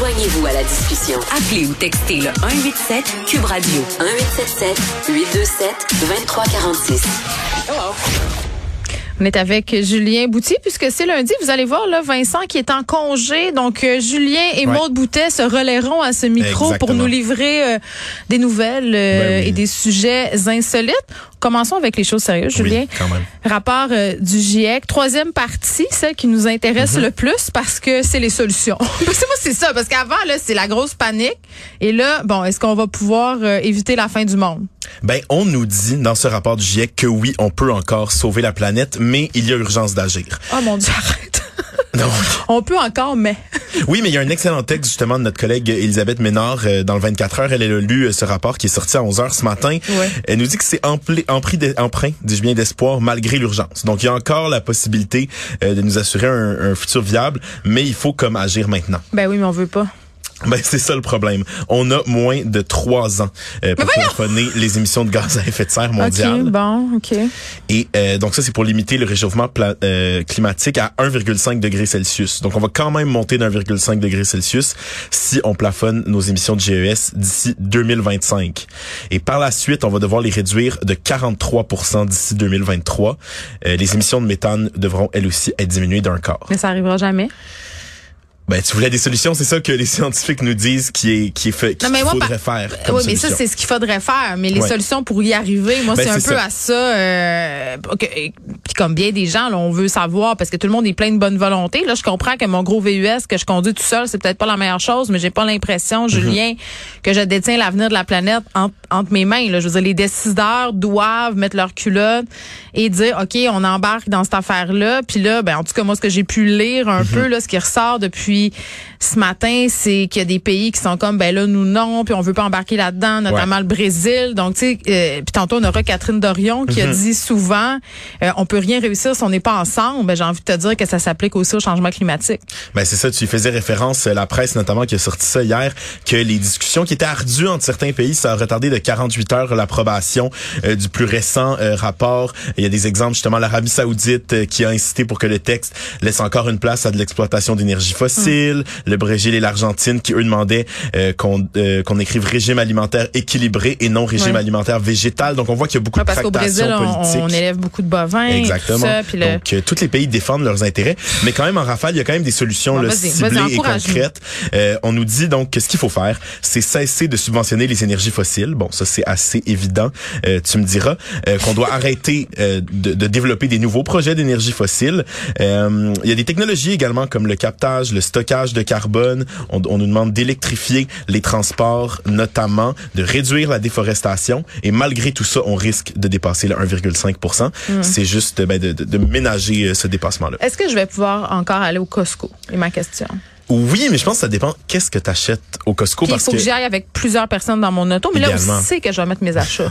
Joignez-vous à la discussion. Appelez ou textez le 187 Cube Radio 1877-827-2346. Hello. On est avec Julien Bouty, puisque c'est lundi. Vous allez voir, là, Vincent qui est en congé. Donc, Julien et Maude Boutet se relaieront à ce micro pour nous livrer des nouvelles et des sujets insolites. Commençons avec les choses sérieuses, Julien. Oui, quand même. Rapport du GIEC. Troisième partie, celle qui nous intéresse le plus parce que c'est les solutions. Parce que moi, c'est ça. Parce qu'avant, là, c'est la grosse panique. Et là, bon, est-ce qu'on va pouvoir éviter la fin du monde? Ben, on nous dit dans ce rapport du GIEC que oui, on peut encore sauver la planète, mais il y a urgence d'agir. Oh mon Dieu, arrête. Donc, on peut encore, mais... Oui, mais il y a un excellent texte justement de notre collègue Elisabeth Ménard dans le 24 heures. Elle a lu ce rapport qui est sorti à 11h ce matin. Ouais. Elle nous dit que c'est empreint, dis-je bien, d'espoir malgré l'urgence. Donc, il y a encore la possibilité de nous assurer un futur viable, mais il faut comme agir maintenant. Ben oui, mais on veut pas. Ben, c'est ça le problème. On a moins de 3 ans pour plafonner les émissions de gaz à effet de serre mondiales. OK, bon, OK. Et donc ça, c'est pour limiter le réchauffement climatique à 1,5 degré Celsius. Donc, on va quand même monter d'1,5 degré Celsius si on plafonne nos émissions de GES d'ici 2025. Et par la suite, on va devoir les réduire de 43% d'ici 2023. Les émissions de méthane devront, elles aussi, être diminuées d'un quart. Mais ça arrivera jamais. Ben, tu voulais des solutions, c'est ça que les scientifiques nous disent qu'il faudrait faire. Oui, mais ça, c'est ce qu'il faudrait faire. Mais les solutions pour y arriver, moi, c'est un peu à ça. Puis comme bien des gens, là, on veut savoir, parce que tout le monde est plein de bonne volonté. Là, je comprends que mon gros VUS que je conduis tout seul, c'est peut-être pas la meilleure chose, mais j'ai pas l'impression, Julien, que je détiens l'avenir de la planète entre mes mains. Là. Je veux dire, les décideurs doivent mettre leur culotte et dire, OK, on embarque dans cette affaire-là. Puis là, ben, en tout cas, moi, ce que j'ai pu lire un peu, là, ce qui ressort depuis ce matin, c'est qu'il y a des pays qui sont comme, ben là, nous non, puis on veut pas embarquer là-dedans, notamment le Brésil. Donc, tu sais, puis tantôt, on aura Catherine Dorion qui a dit souvent, on peut rien réussir si on n'est pas ensemble. Ben, j'ai envie de te dire que ça s'applique aussi au changement climatique. Ben, c'est ça, tu y faisais référence, la presse notamment qui a sorti ça hier, que les discussions qui étaient ardues entre certains pays, ça a retardé de 48 heures l'approbation du plus récent rapport. Il y a des exemples, justement, l'Arabie Saoudite qui a insisté pour que le texte laisse encore une place à de l'exploitation d'énergie fossile. Le Brésil et l'Argentine qui, eux, demandaient qu'on écrive régime alimentaire équilibré et non régime alimentaire végétal. Donc, on voit qu'il y a beaucoup de tractations politiques. Parce qu'au Brésil, on élève beaucoup de bovins. Exactement. Tout ça, donc, tous les pays défendent leurs intérêts. Mais quand même, en rafale, il y a quand même des solutions ciblées et concrètes. On nous dit donc que ce qu'il faut faire, c'est cesser de subventionner les énergies fossiles. Bon, ça, c'est assez évident. Tu me diras qu'on doit arrêter de développer des nouveaux projets d'énergie fossile. Il y a des technologies également comme le captage, le stockage de carbone. On nous demande d'électrifier les transports, notamment, de réduire la déforestation. Et malgré tout ça, on risque de dépasser le 1,5%. C'est juste de ménager ce dépassement-là. Est-ce que je vais pouvoir encore aller au Costco? C'est ma question. Oui, mais je pense que ça dépend qu'est-ce que tu achètes au Costco. Puis parce il faut que j'y aille avec plusieurs personnes dans mon auto. Mais idéalement. Là où c'est que je vais mettre mes achats?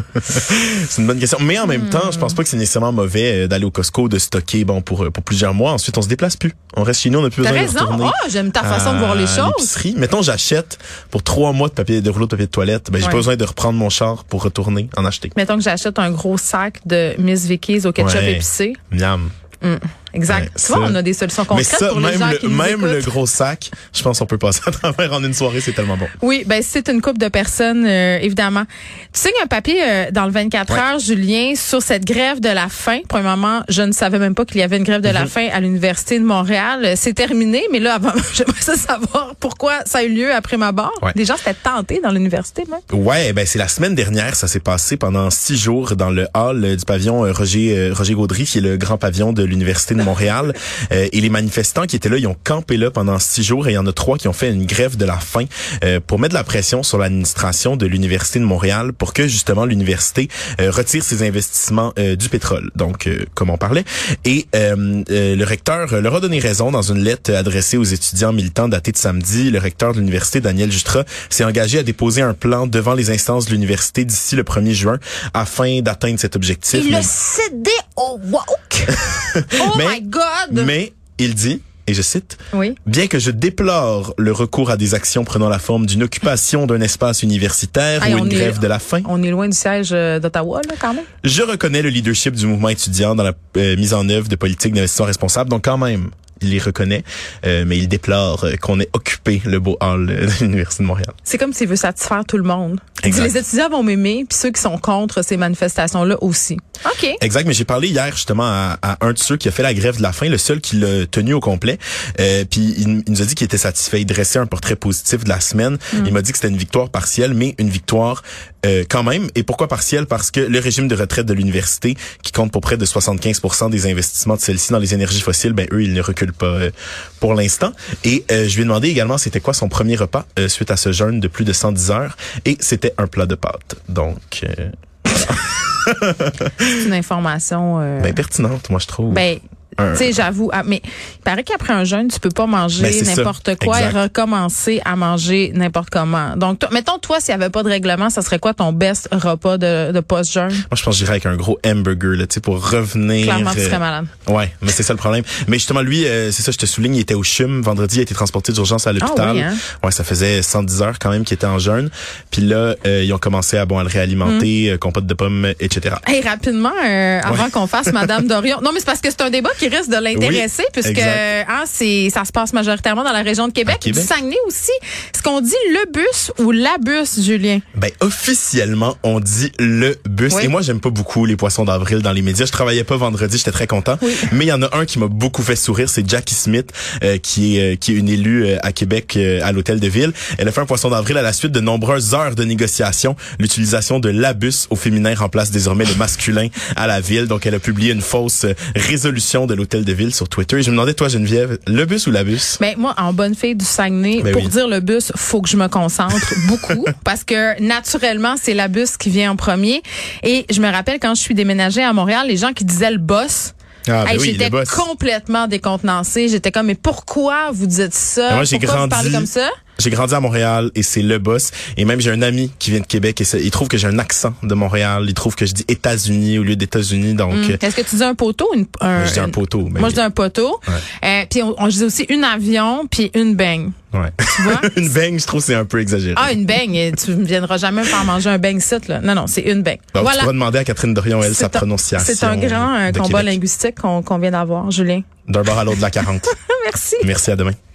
C'est une bonne question. Mais en même temps, je pense pas que c'est nécessairement mauvais d'aller au Costco, de stocker pour plusieurs mois. Ensuite, on se déplace plus. On reste chez nous, on n'a plus besoin de retourner. Oh, j'aime ta façon de voir les choses. L'épicerie. Mettons, j'achète pour 3 mois de rouleau de papier de toilette. Ben, j'ai pas besoin de reprendre mon char pour retourner en acheter. Mettons que j'achète un gros sac de Miss Vicky's au ketchup épicé. Miam. Exact. Tu vois, on a des solutions concrètes pour les gens qui nous écoutent. Même le gros sac, je pense qu'on peut passer à travers en une soirée, c'est tellement bon. Oui, ben c'est une couple de personnes, évidemment. Tu signes un papier dans le 24 heures, Julien, sur cette grève de la faim. Premièrement, je ne savais même pas qu'il y avait une grève de la faim à l'Université de Montréal. C'est terminé, mais là, avant, j'aimerais savoir pourquoi ça a eu lieu après ma barre. Les gens s'étaient tentés dans l'université, même. Ouais, ben c'est la semaine dernière, ça s'est passé pendant 6 jours dans le hall du pavillon Roger Gaudry, qui est le grand pavillon de l'Université de Montréal. Et les manifestants qui étaient là, ils ont campé là pendant 6 jours et il y en a 3 qui ont fait une grève de la faim pour mettre de la pression sur l'administration de l'Université de Montréal pour que justement l'université retire ses investissements du pétrole. Donc, comme on parlait. Et le recteur leur a donné raison dans une lettre adressée aux étudiants militants datée de samedi. Le recteur de l'université, Daniel Jutras, s'est engagé à déposer un plan devant les instances de l'université d'ici le 1er juin afin d'atteindre cet objectif. Il a cédé au woke! Oh my God! Mais il dit, et je cite, « Bien que je déplore le recours à des actions prenant la forme d'une occupation d'un espace universitaire ou une grève de la faim. » On est loin du siège d'Ottawa, là, quand même. Je reconnais le leadership du mouvement étudiant dans la mise en œuvre de politiques d'investissement responsable. Donc, quand même, il les reconnaît, mais il déplore qu'on ait occupé le beau hall de l'Université de Montréal. C'est comme s'il veut satisfaire tout le monde. Les étudiants vont m'aimer, puis ceux qui sont contre ces manifestations-là aussi. OK. Exact, mais j'ai parlé hier justement à un de ceux qui a fait la grève de la faim, le seul qui l'a tenu au complet. Puis il nous a dit qu'il était satisfait. Il dressait un portrait positif de la semaine. Il m'a dit que c'était une victoire partielle, mais une victoire quand même. Et pourquoi partielle? Parce que le régime de retraite de l'université, qui compte pour près de 75% des investissements de celle-ci dans les énergies fossiles, ben eux, ils ne reculent pas pour l'instant. Et je lui ai demandé également c'était quoi son premier repas suite à ce jeûne de plus de 110 heures. Et c'était un plat de pâtes. Donc... C'est une information... Ben pertinente, moi je trouve. Ben... Tu sais, j'avoue, mais il paraît qu'après un jeûne, tu peux pas manger n'importe quoi et recommencer à manger n'importe comment. Donc, mettons, toi, s'il y avait pas de règlement, ça serait quoi ton best repas de post-jeûne? Moi, je pense que j'irais avec un gros hamburger, là, tu sais, pour revenir. Clairement, tu serais malade. Ouais, mais c'est ça le problème. Mais justement, lui, c'est ça, je te souligne, il était au CHUM. Vendredi, il a été transporté d'urgence à l'hôpital. Ah oui, hein? Ouais, ça faisait 110 heures quand même qu'il était en jeûne. Puis là, ils ont commencé à le réalimenter, compote de pommes, etc. Hey, rapidement, avant qu'on fasse Madame Dorion. Non, mais c'est parce que c'est un débat qui risque de l'intéresser, puisque ça se passe majoritairement dans la région de Québec. Du Saguenay aussi. Est-ce qu'on dit le bus ou la bus, Julien? Ben, officiellement, on dit le bus. Oui. Et moi, j'aime pas beaucoup les poissons d'avril dans les médias. Je travaillais pas vendredi, j'étais très content. Oui. Mais il y en a un qui m'a beaucoup fait sourire, c'est Jackie Smith, qui est une élue à Québec, à l'hôtel de ville. Elle a fait un poisson d'avril à la suite de nombreuses heures de négociations. L'utilisation de la bus au féminin remplace désormais le masculin à la ville. Donc, elle a publié une fausse résolution de l'hôtel de ville sur Twitter. Et je me demandais, toi, Geneviève, le bus ou la bus? Ben, moi, en bonne fille du Saguenay, pour dire le bus, faut que je me concentre beaucoup parce que naturellement, c'est la bus qui vient en premier. Et je me rappelle quand je suis déménagée à Montréal, les gens qui disaient le boss, j'étais complètement décontenancée. J'étais comme, mais pourquoi vous dites ça? Moi, pourquoi vous parlez comme ça? J'ai grandi à Montréal et c'est le boss. Et même, j'ai un ami qui vient de Québec et il trouve que j'ai un accent de Montréal. Il trouve que je dis États-Unis au lieu d'États-Unis. Donc, est-ce que tu dis un poteau? Je dis un poteau. Moi, je dis un poteau. Ouais. Puis on dit aussi une avion puis une beigne. Ouais. Tu vois? Une beigne, je trouve c'est un peu exagéré. Ah, une beigne. Tu ne viendras jamais me faire manger un beigne site, là. Non, c'est une beigne. Donc, voilà. Tu pourras demander à Catherine Dorion, sa prononciation. C'est un grand combat linguistique qu'on vient d'avoir, Julien. D'un bord à l'autre de la 40. Merci. Merci, à demain.